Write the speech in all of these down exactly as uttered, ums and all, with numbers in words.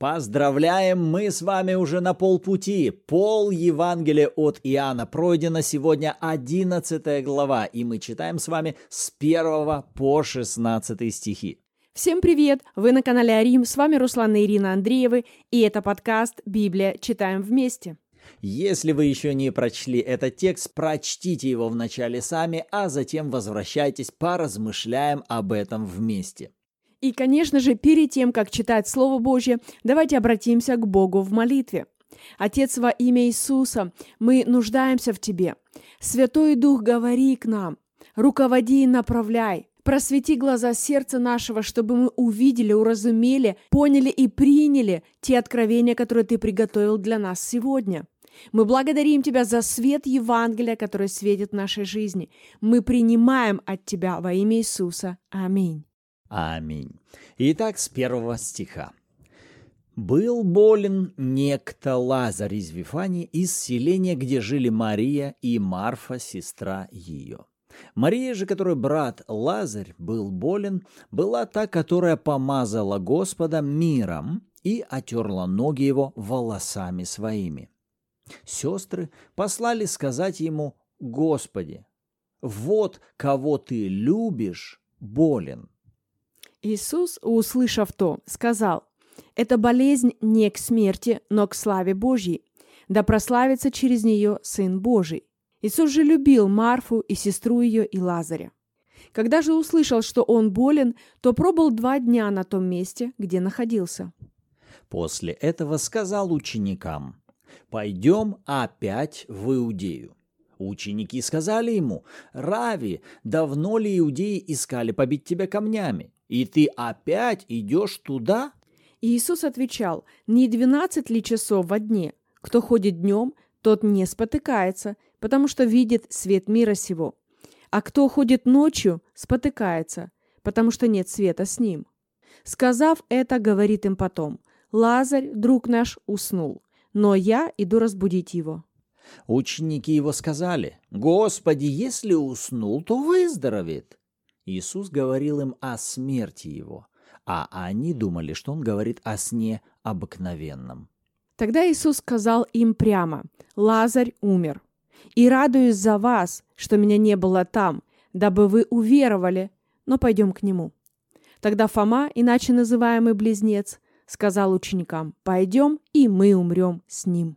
Поздравляем, мы с вами уже на полпути. Пол Евангелия от Иоанна пройдено, сегодня одиннадцатая глава, и мы читаем с вами с первого по шестнадцатый стихи. Всем привет! Вы на канале Арим, с вами Руслан и Ирина Андреевы, и это подкаст «Библия. Читаем вместе». Если вы еще не прочли этот текст, прочтите его вначале сами, а затем возвращайтесь, поразмышляем об этом вместе. И, конечно же, перед тем, как читать Слово Божье, давайте обратимся к Богу в молитве. Отец, во имя Иисуса, мы нуждаемся в Тебе. Святой Дух, говори к нам, руководи и направляй. Просвети глаза сердца нашего, чтобы мы увидели, уразумели, поняли и приняли те откровения, которые Ты приготовил для нас сегодня. Мы благодарим Тебя за свет Евангелия, который светит в нашей жизни. Мы принимаем от Тебя во имя Иисуса. Аминь. Аминь. Итак, с первого стиха. «Был болен некто Лазарь из Вифании, из селения, где жили Мария и Марфа, сестра ее. Мария же, которой брат Лазарь был болен, была та, которая помазала Господа миром и отерла ноги его волосами своими. Сестры послали сказать ему: Господи, вот кого ты любишь, болен». Иисус, услышав то, сказал: «Эта болезнь не к смерти, но к славе Божьей, да прославится через нее Сын Божий». Иисус же любил Марфу и сестру ее и Лазаря. Когда же услышал, что он болен, то пробыл два дня на том месте, где находился. После этого сказал ученикам: «Пойдем опять в Иудею». Ученики сказали ему: «Рави, давно ли иудеи искали побить тебя камнями? И ты опять идешь туда?» И Иисус отвечал: «Не двенадцать ли часов во дне? Кто ходит днем, тот не спотыкается, потому что видит свет мира сего. А кто ходит ночью, спотыкается, потому что нет света с ним». Сказав это, говорит им потом: «Лазарь, друг наш, уснул, но я иду разбудить его». Ученики его сказали: «Господи, если уснул, то выздоровеет». Иисус говорил им о смерти его, а они думали, что он говорит о сне обыкновенном. Тогда Иисус сказал им прямо: «Лазарь умер, и радуюсь за вас, что меня не было там, дабы вы уверовали, но пойдем к нему». Тогда Фома, иначе называемый Близнец, сказал ученикам: «Пойдем, и мы умрем с ним».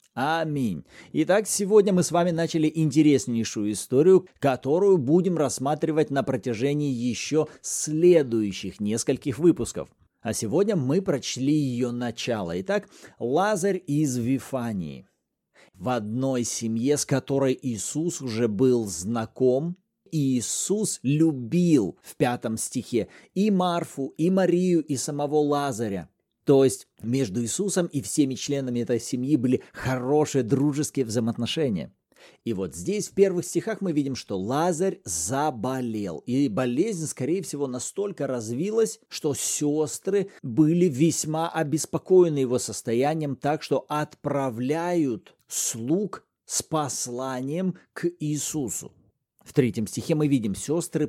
Аминь. Итак, сегодня мы с вами начали интереснейшую историю, которую будем рассматривать на протяжении еще следующих нескольких выпусков. А сегодня мы прочли ее начало. Итак, Лазарь из Вифании. В одной семье, с которой Иисус уже был знаком, Иисус любил в пятом стихе и Марфу, и Марию, и самого Лазаря. То есть между Иисусом и всеми членами этой семьи были хорошие дружеские взаимоотношения. И вот здесь в первых стихах мы видим, что Лазарь заболел. И болезнь, скорее всего, настолько развилась, что сестры были весьма обеспокоены его состоянием, так что отправляют слуг с посланием к Иисусу. В третьем стихе мы видим, сестры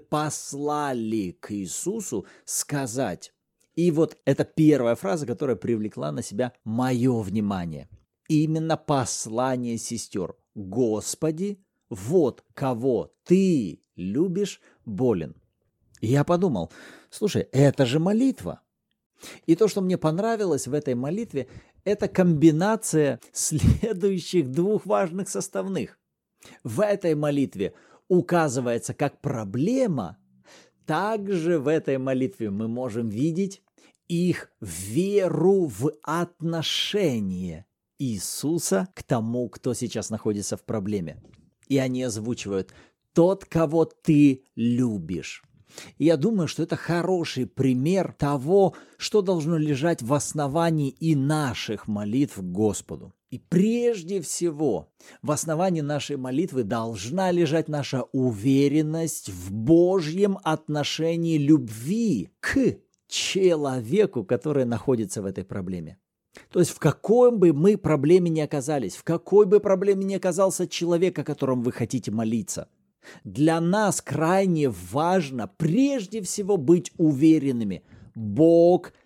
послали к Иисусу сказать. И вот это первая фраза, которая привлекла на себя мое внимание. Именно послание сестер. «Господи, вот кого ты любишь, болен». И я подумал, слушай, это же молитва. И то, что мне понравилось в этой молитве, это комбинация следующих двух важных составных. В этой молитве указывается как проблема. Также в этой молитве мы можем видеть их веру в отношение Иисуса к тому, кто сейчас находится в проблеме. И они озвучивают: «Тот, кого ты любишь». И я думаю, что это хороший пример того, что должно лежать в основании и наших молитв к Господу. И прежде всего в основании нашей молитвы должна лежать наша уверенность в Божьем отношении любви к человеку, который находится в этой проблеме. То есть в какой бы мы проблеме ни оказались, в какой бы проблеме ни оказался человек, о котором вы хотите молиться, для нас крайне важно прежде всего быть уверенными: Бог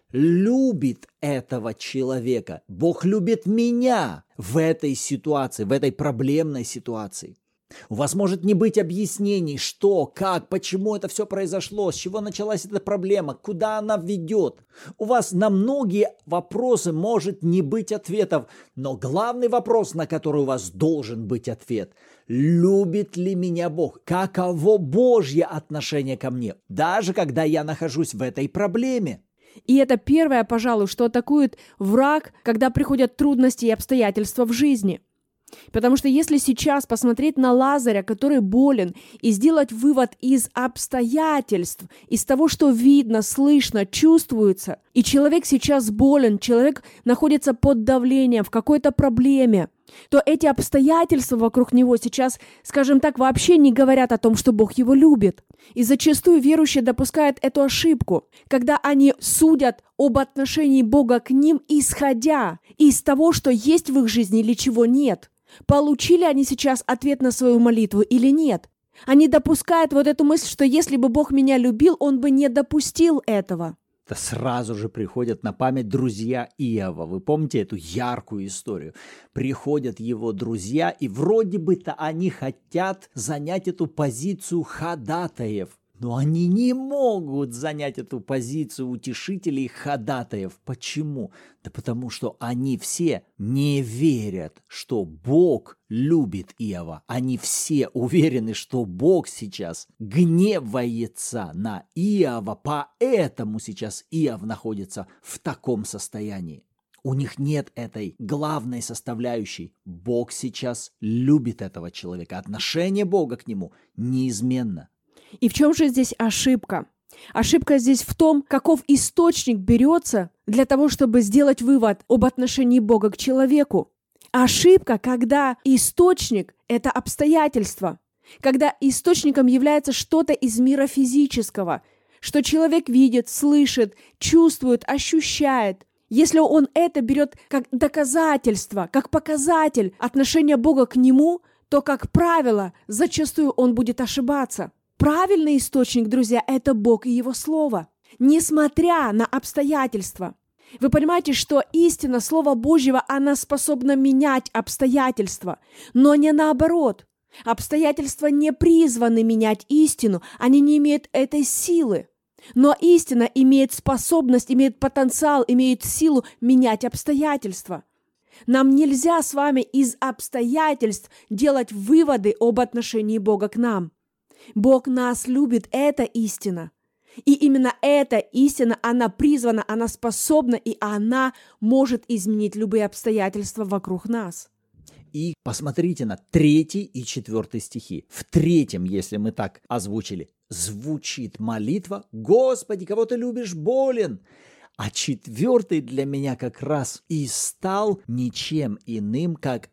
любит этого человека. Бог любит меня в этой ситуации, в этой проблемной ситуации. У вас может не быть объяснений, что, как, почему это все произошло, с чего началась эта проблема, куда она ведет. У вас на многие вопросы может не быть ответов, но главный вопрос, на который у вас должен быть ответ – любит ли меня Бог? Каково Божье отношение ко мне, даже когда я нахожусь в этой проблеме? И это первое, пожалуй, что атакует враг, когда приходят трудности и обстоятельства в жизни. Потому что если сейчас посмотреть на Лазаря, который болен, и сделать вывод из обстоятельств, из того, что видно, слышно, чувствуется, и человек сейчас болен, человек находится под давлением, в какой-то проблеме, то эти обстоятельства вокруг него сейчас, скажем так, вообще не говорят о том, что Бог его любит. И зачастую верующие допускают эту ошибку, когда они судят об отношении Бога к ним, исходя из того, что есть в их жизни или чего нет. Получили они сейчас ответ на свою молитву или нет? Они допускают вот эту мысль, что если бы Бог меня любил, Он бы не допустил этого. Это сразу же приходят на память друзья Иова. Вы помните эту яркую историю? Приходят его друзья, и вроде бы-то они хотят занять эту позицию ходатаев. Но они не могут занять эту позицию утешителей ходатаев. Почему? Да потому что они все не верят, что Бог любит Иова. Они все уверены, что Бог сейчас гневается на Иова, поэтому сейчас Иов находится в таком состоянии. У них нет этой главной составляющей. Бог сейчас любит этого человека. Отношение Бога к нему неизменно. И в чем же здесь ошибка? Ошибка здесь в том, каков источник берется для того, чтобы сделать вывод об отношении Бога к человеку. Ошибка, когда источник – это обстоятельства, когда источником является что-то из мира физического, что человек видит, слышит, чувствует, ощущает. Если он это берет как доказательство, как показатель отношения Бога к нему, то, как правило, зачастую он будет ошибаться. Правильный источник, друзья, это Бог и Его Слово, несмотря на обстоятельства. Вы понимаете, что истина Слова Божьего, она способна менять обстоятельства, но не наоборот. Обстоятельства не призваны менять истину, они не имеют этой силы. Но истина имеет способность, имеет потенциал, имеет силу менять обстоятельства. Нам нельзя с вами из обстоятельств делать выводы об отношении Бога к нам. Бог нас любит, это истина. И именно эта истина, она призвана, она способна, и она может изменить любые обстоятельства вокруг нас. И посмотрите на третий и четвертый стихи. В третьем, если мы так озвучили, звучит молитва «Господи, кого ты любишь, болен». А четвертый для меня как раз и стал ничем иным, как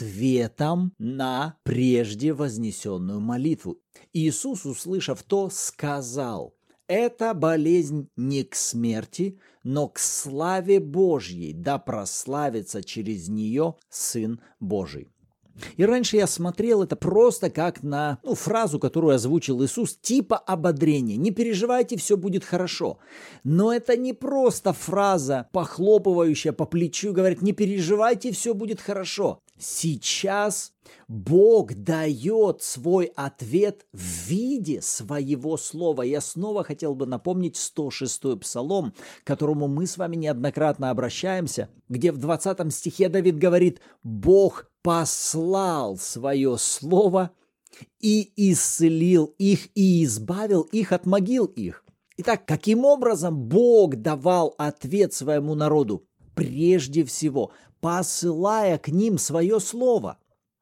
ответом на прежде вознесенную молитву. Иисус, услышав то, сказал: «Эта болезнь не к смерти, но к славе Божьей, да прославится через нее Сын Божий». И раньше я смотрел это просто как на ну, фразу, которую озвучил Иисус, типа ободрения. Не переживайте, все будет хорошо. Но это не просто фраза, похлопывающая по плечу, говорит, не переживайте, все будет хорошо. Сейчас Бог дает свой ответ в виде своего слова. Я снова хотел бы напомнить сто шестой псалом, к которому мы с вами неоднократно обращаемся, где в двадцатом стихе Давид говорит: «Бог послал свое слово и исцелил их, и избавил их от могил их». Итак, каким образом Бог давал ответ своему народу? Прежде всего, посылая к ним свое слово.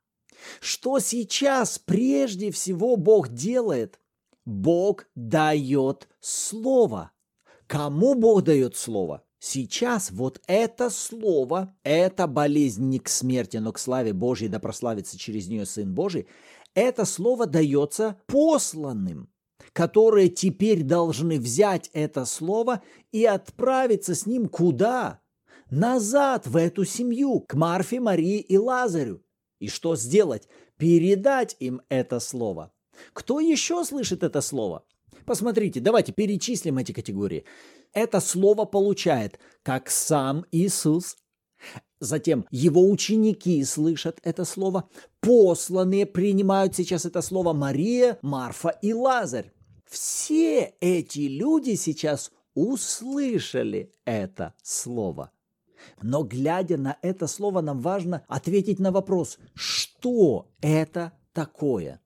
Что сейчас прежде всего Бог делает? Бог дает слово. Кому Бог дает слово? Сейчас вот это слово, эта болезнь не к смерти, но к славе Божьей, да прославится через нее Сын Божий, это слово дается посланным, которые теперь должны взять это слово и отправиться с ним куда? Назад в эту семью, к Марфе, Марии и Лазарю. И что сделать? Передать им это слово. Кто еще слышит это слово? Посмотрите, давайте перечислим эти категории. Это слово получает как сам Иисус, затем его ученики слышат это слово, посланные принимают сейчас это слово Мария, Марфа и Лазарь. Все эти люди сейчас услышали это слово. Но глядя на это слово, нам важно ответить на вопрос, что это такое?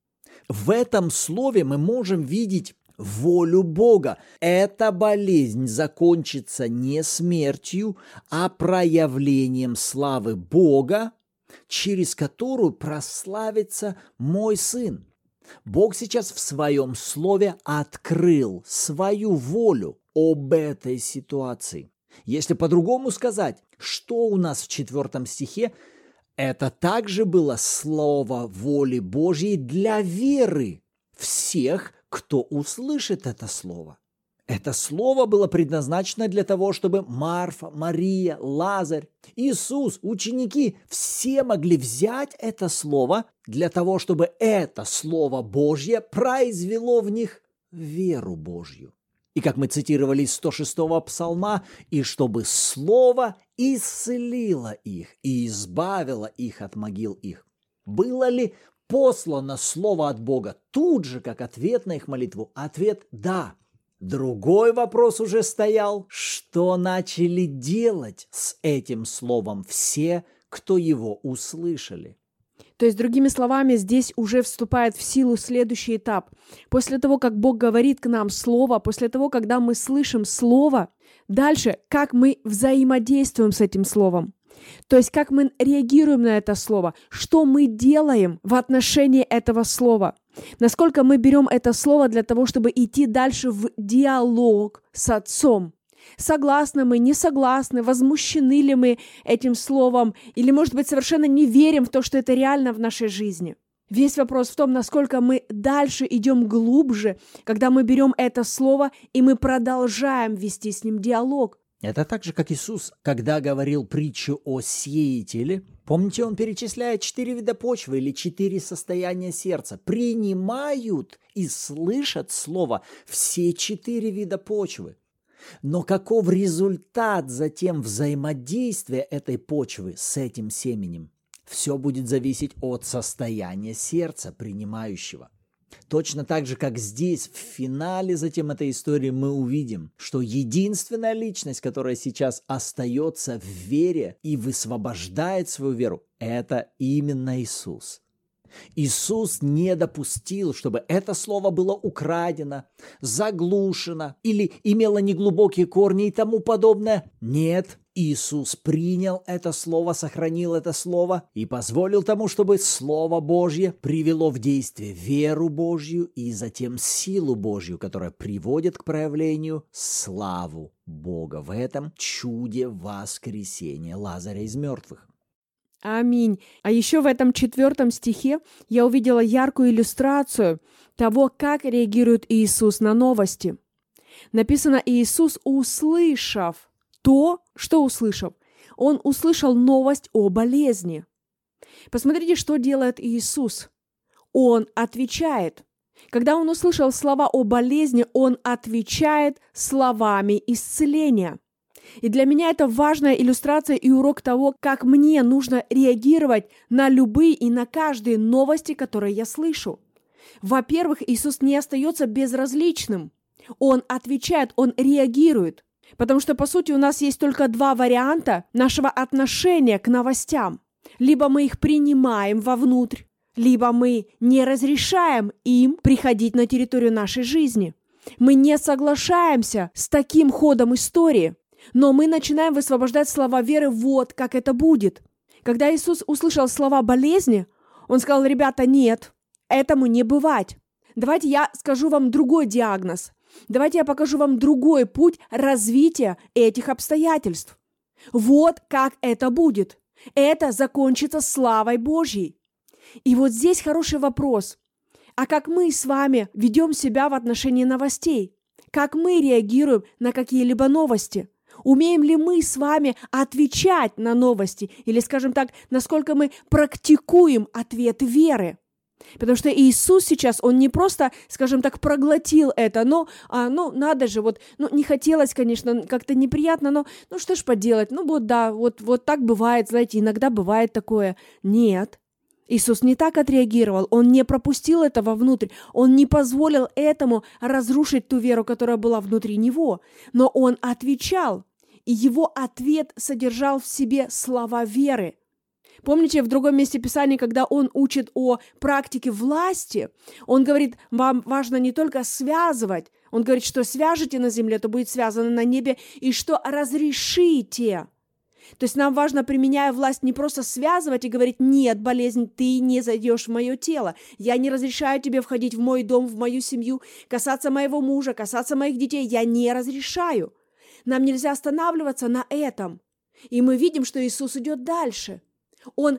В этом слове мы можем видеть волю Бога. Эта болезнь закончится не смертью, а проявлением славы Бога, через которую прославится мой сын. Бог сейчас в своем слове открыл свою волю об этой ситуации. Если по-другому сказать, что у нас в четвертом стихе, это также было слово воли Божьей для веры всех, кто услышит это слово. Это слово было предназначено для того, чтобы Марфа, Мария, Лазарь, Иисус, ученики все могли взять это слово для того, чтобы это слово Божье произвело в них веру Божью. И как мы цитировали из сто шестого псалма, и чтобы слово исцелило их и избавило их от могил их. Было ли послано слово от Бога тут же, как ответ на их молитву? Ответ – да. Другой вопрос уже стоял, что начали делать с этим словом все, кто его услышали. То есть, другими словами, здесь уже вступает в силу следующий этап. После того, как Бог говорит к нам Слово, после того, когда мы слышим Слово, дальше, как мы взаимодействуем с этим Словом. То есть, как мы реагируем на это Слово, что мы делаем в отношении этого Слова. Насколько мы берем это Слово для того, чтобы идти дальше в диалог с Отцом. Согласны мы, не согласны, возмущены ли мы этим словом, или, может быть, совершенно не верим в то, что это реально в нашей жизни. Весь вопрос в том, насколько мы дальше идем глубже, когда мы берем это слово, и мы продолжаем вести с ним диалог. Это так же, как Иисус, когда говорил притчу о сеятеле. Помните, он перечисляет четыре вида почвы или четыре состояния сердца. Принимают и слышат слово все четыре вида почвы. Но каков результат затем взаимодействия этой почвы с этим семенем? Все будет зависеть от состояния сердца принимающего. Точно так же, как здесь, в финале затем этой истории мы увидим, что единственная личность, которая сейчас остается в вере и высвобождает свою веру, это именно Иисус. Иисус не допустил, чтобы это слово было украдено, заглушено или имело неглубокие корни и тому подобное. Нет, Иисус принял это слово, сохранил это слово и позволил тому, чтобы Слово Божье привело в действие веру Божью и затем силу Божью, которая приводит к проявлению славу Бога в этом чуде воскресения Лазаря из мертвых. Аминь. А еще в этом четвертом стихе я увидела яркую иллюстрацию того, как реагирует Иисус на новости. Написано: Иисус, услышав то, что услышав, Он услышал новость о болезни. Посмотрите, что делает Иисус. Он отвечает. Когда Он услышал слова о болезни, Он отвечает словами исцеления. И для меня это важная иллюстрация и урок того, как мне нужно реагировать на любые и на каждые новости, которые я слышу. Во-первых, Иисус не остается безразличным. Он отвечает, Он реагирует. Потому что, по сути, у нас есть только два варианта нашего отношения к новостям. Либо мы их принимаем вовнутрь, либо мы не разрешаем им приходить на территорию нашей жизни. Мы не соглашаемся с таким ходом истории. Но мы начинаем высвобождать слова веры, вот как это будет. Когда Иисус услышал слова болезни, Он сказал: ребята, нет, этому не бывать. Давайте я скажу вам другой диагноз. Давайте я покажу вам другой путь развития этих обстоятельств. Вот как это будет. Это закончится славой Божьей. И вот здесь хороший вопрос. А как мы с вами ведем себя в отношении новостей? Как мы реагируем на какие-либо новости? Умеем ли мы с вами отвечать на новости? Или, скажем так, насколько мы практикуем ответ веры? Потому что Иисус сейчас, Он не просто, скажем так, проглотил это, но, а, ну, надо же, вот, ну, не хотелось, конечно, как-то неприятно, но, ну, что ж поделать, ну, вот, да, вот, вот так бывает, знаете, иногда бывает такое. Нет, Иисус не так отреагировал, Он не пропустил этого внутрь, Он не позволил этому разрушить ту веру, которая была внутри Него, но Он отвечал, и Его ответ содержал в себе слова веры. Помните, в другом месте Писания, когда он учит о практике власти, он говорит, вам важно не только связывать, он говорит, что свяжете на земле, то будет связано на небе, и что разрешите. То есть нам важно, применяя власть, не просто связывать и говорить, нет, болезнь, ты не зайдешь в мое тело, я не разрешаю тебе входить в мой дом, в мою семью, касаться моего мужа, касаться моих детей, я не разрешаю. Нам нельзя останавливаться на этом. И мы видим, что Иисус идет дальше. Он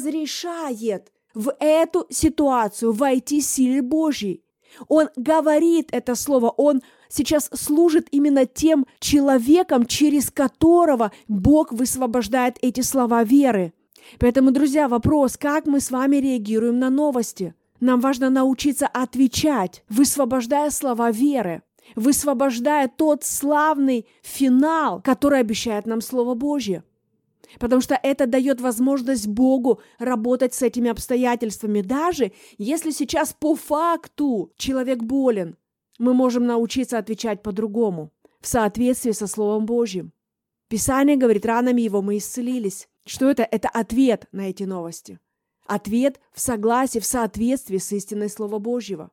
разрешает в эту ситуацию войти силе Божьей. Он говорит это слово, он сейчас служит именно тем человеком, через которого Бог высвобождает эти слова веры. Поэтому, друзья, вопрос, как мы с вами реагируем на новости? Нам важно научиться отвечать, высвобождая слова веры, высвобождая тот славный финал, который обещает нам Слово Божье. Потому что это дает возможность Богу работать с этими обстоятельствами. Даже если сейчас по факту человек болен, мы можем научиться отвечать по-другому, в соответствии со Словом Божьим. Писание говорит, ранами Его мы исцелились. Что это? Это ответ на эти новости. Ответ в согласии, в соответствии с истиной Слова Божьего.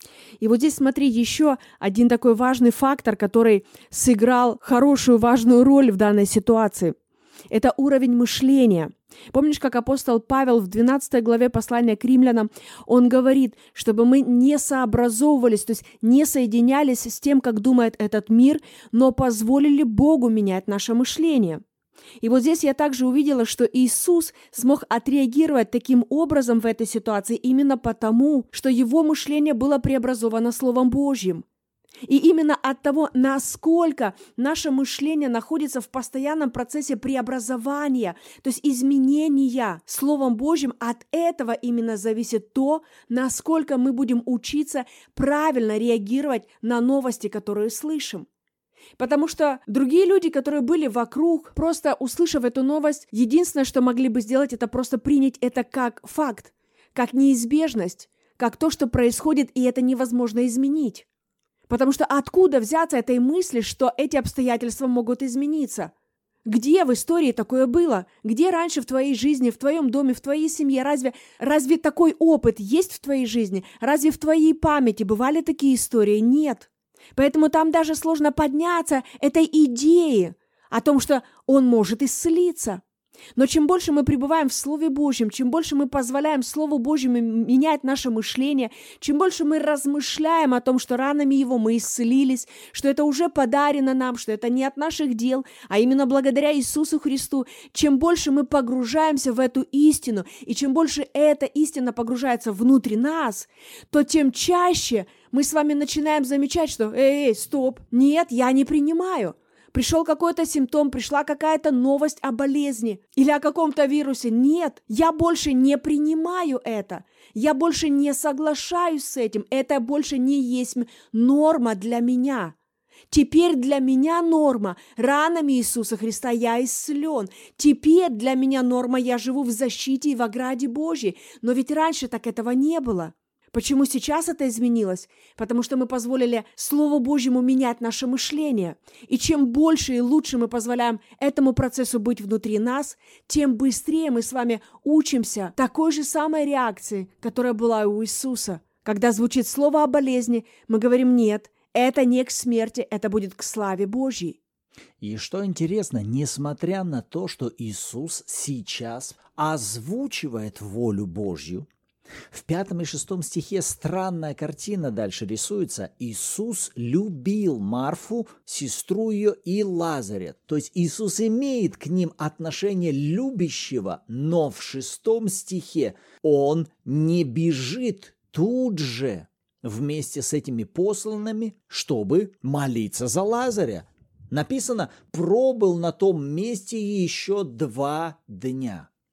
И вот здесь, смотри, еще один такой важный фактор, который сыграл хорошую, важную роль в данной ситуации. Это уровень мышления. Помнишь, как апостол Павел в двенадцатой главе послания к римлянам, он говорит, чтобы мы не сообразовывались, то есть не соединялись с тем, как думает этот мир, но позволили Богу менять наше мышление. И вот здесь я также увидела, что Иисус смог отреагировать таким образом в этой ситуации именно потому, что его мышление было преобразовано Словом Божьим. И именно от того, насколько наше мышление находится в постоянном процессе преобразования, то есть изменения Словом Божьим, от этого именно зависит то, насколько мы будем учиться правильно реагировать на новости, которые слышим. Потому что другие люди, которые были вокруг, просто услышав эту новость, единственное, что могли бы сделать, это просто принять это как факт, как неизбежность, как то, что происходит, и это невозможно изменить. Потому что откуда взяться этой мысли, что эти обстоятельства могут измениться? Где в истории такое было? Где раньше в твоей жизни, в твоем доме, в твоей семье? Разве, разве такой опыт есть в твоей жизни? Разве в твоей памяти бывали такие истории? Нет. Поэтому там даже сложно подняться этой идеи о том, что он может исцелиться. Но чем больше мы пребываем в Слове Божьем, чем больше мы позволяем Слову Божьему менять наше мышление, чем больше мы размышляем о том, что ранами Его мы исцелились, что это уже подарено нам, что это не от наших дел, а именно благодаря Иисусу Христу, чем больше мы погружаемся в эту истину, и чем больше эта истина погружается внутрь нас, то тем чаще мы с вами начинаем замечать, что «Эй, эй, стоп, нет, я не принимаю». Пришел какой-то симптом, пришла какая-то новость о болезни или о каком-то вирусе. Нет, я больше не принимаю это. Я больше не соглашаюсь с этим. Это больше не есть норма для меня. Теперь для меня норма. Ранами Иисуса Христа я исцелен. Теперь для меня норма. Я живу в защите и в ограде Божьей. Но ведь раньше так этого не было. Почему сейчас это изменилось? Потому что мы позволили Слову Божьему менять наше мышление. И чем больше и лучше мы позволяем этому процессу быть внутри нас, тем быстрее мы с вами учимся такой же самой реакции, которая была у Иисуса. Когда звучит слово о болезни, мы говорим «нет, это не к смерти, это будет к славе Божьей». И что интересно, несмотря на то, что Иисус сейчас озвучивает волю Божью, в пятом и шестом стихе странная картина дальше рисуется. Иисус любил Марфу, сестру ее и Лазаря. То есть Иисус имеет к ним отношение любящего, но в шестом стихе Он не бежит тут же вместе с этими посланными, чтобы молиться за Лазаря. Написано, пробыл на том месте еще два дня.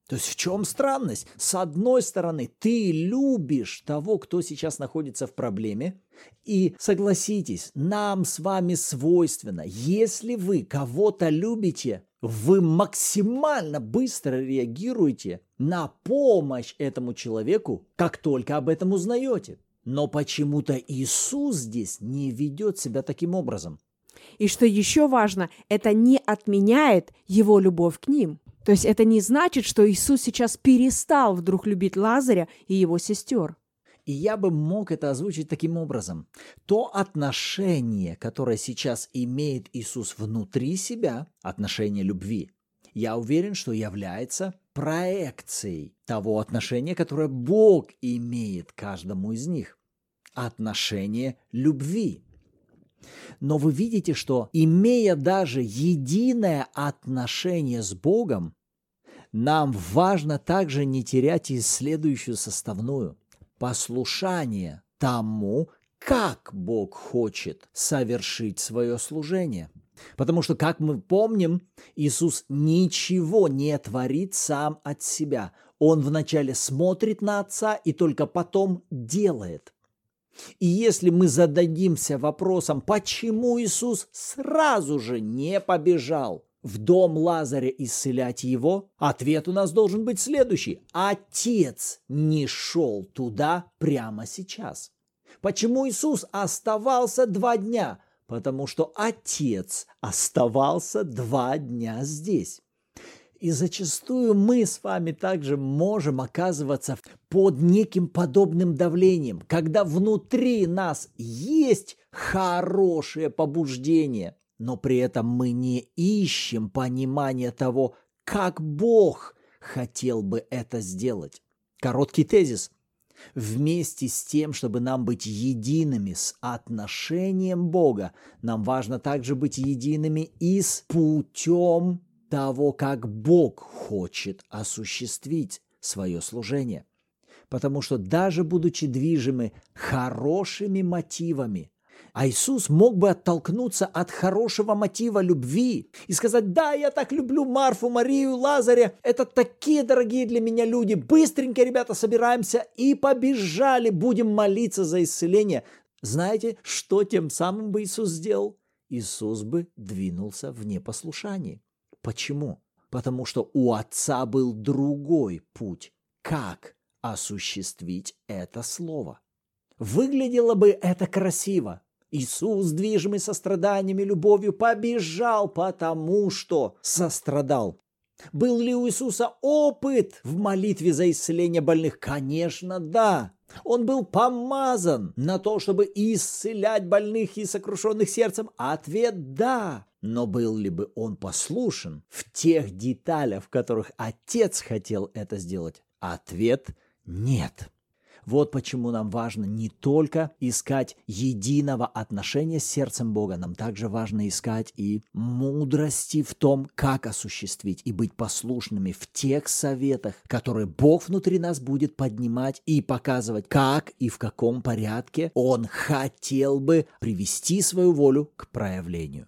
То есть в чем странность? С одной стороны, ты любишь того, кто сейчас находится в проблеме, и согласитесь, нам с вами свойственно, если вы кого-то любите, вы максимально быстро реагируете на помощь этому человеку, как только об этом узнаете. Но почему-то Иисус здесь не ведет себя таким образом. И что еще важно, это не отменяет его любовь к ним. То есть это не значит, что Иисус сейчас перестал вдруг любить Лазаря и его сестер. И я бы мог это озвучить таким образом. То отношение, которое сейчас имеет Иисус внутри себя, отношение любви, я уверен, что является проекцией того отношения, которое Бог имеет к каждому из них. Отношение любви. Но вы видите, что, имея даже единое отношение с Богом, нам важно также не терять и следующую составную – послушание тому, как Бог хочет совершить свое служение. Потому что, как мы помним, Иисус ничего не творит сам от себя. Он вначале смотрит на Отца и только потом делает. И если мы зададимся вопросом, почему Иисус сразу же не побежал в дом Лазаря исцелять его, ответ у нас должен быть следующий. Отец не шел туда прямо сейчас. Почему Иисус оставался два дня? Потому что Отец оставался два дня здесь. И зачастую мы с вами также можем оказываться под неким подобным давлением, когда внутри нас есть хорошее побуждение, но при этом мы не ищем понимания того, как Бог хотел бы это сделать. Короткий тезис. Вместе с тем, чтобы нам быть едиными с отношением Бога, нам важно также быть едиными и с путем того, как Бог хочет осуществить свое служение. Потому что даже будучи движимы хорошими мотивами, а Иисус мог бы оттолкнуться от хорошего мотива любви и сказать: да, я так люблю Марфу, Марию, Лазаря, это такие дорогие для меня люди, быстренько, ребята, собираемся и побежали, будем молиться за исцеление. Знаете, что тем самым бы Иисус сделал? Иисус бы двинулся в непослушании. Почему? Потому что у Отца был другой путь, как осуществить это слово. Выглядело бы это красиво. Иисус, движимый состраданиями, любовью, побежал, потому что сострадал. Был ли у Иисуса опыт в молитве за исцеление больных? Конечно, да. Он был помазан на то, чтобы исцелять больных и сокрушенных сердцем. Ответ – да. Но был ли бы он послушен в тех деталях, в которых Отец хотел это сделать? Ответ – нет. Вот почему нам важно не только искать единого отношения с сердцем Бога, нам также важно искать и мудрости в том, как осуществить и быть послушными в тех советах, которые Бог внутри нас будет поднимать и показывать, как и в каком порядке Он хотел бы привести свою волю к проявлению.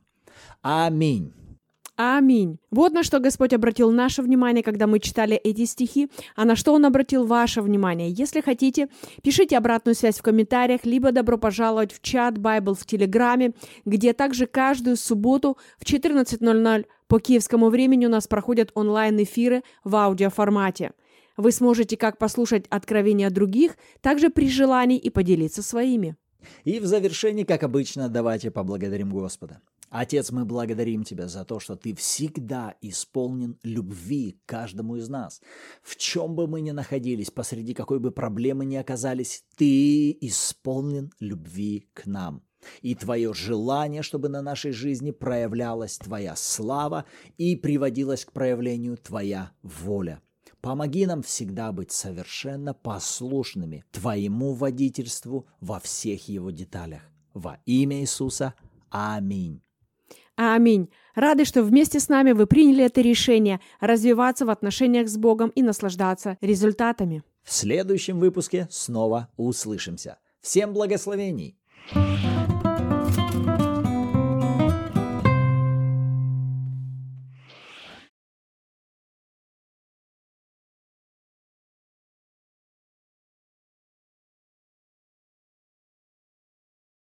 Аминь. Аминь. Вот на что Господь обратил наше внимание, когда мы читали эти стихи, а на что Он обратил ваше внимание. Если хотите, пишите обратную связь в комментариях, либо добро пожаловать в чат Bible в Телеграме, где также каждую субботу в четырнадцать ноль ноль по киевскому времени у нас проходят онлайн-эфиры в аудиоформате. Вы сможете как послушать откровения других, также при желании и поделиться своими. И в завершении, как обычно, давайте поблагодарим Господа. Отец, мы благодарим Тебя за то, что Ты всегда исполнен любви к каждому из нас. В чем бы мы ни находились, посреди какой бы проблемы ни оказались, Ты исполнен любви к нам. И Твое желание, чтобы на нашей жизни проявлялась Твоя слава и приводилась к проявлению Твоя воля. Помоги нам всегда быть совершенно послушными Твоему водительству во всех его деталях. Во имя Иисуса. Аминь. Аминь. Рады, что вместе с нами вы приняли это решение развиваться в отношениях с Богом и наслаждаться результатами. В следующем выпуске снова услышимся. Всем благословений!